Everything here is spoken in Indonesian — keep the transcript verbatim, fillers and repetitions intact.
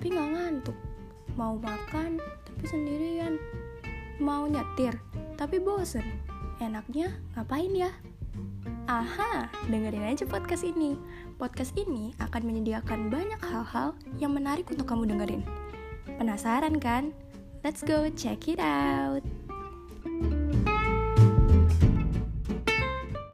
tapi gak ngantuk. Mau makan tapi sendirian. Mau nyetir tapi bosen. Enaknya ngapain ya? Aha, dengerin aja podcast ini. Podcast ini akan menyediakan banyak hal-hal yang menarik untuk kamu dengerin. Penasaran kan? Let's go check it out.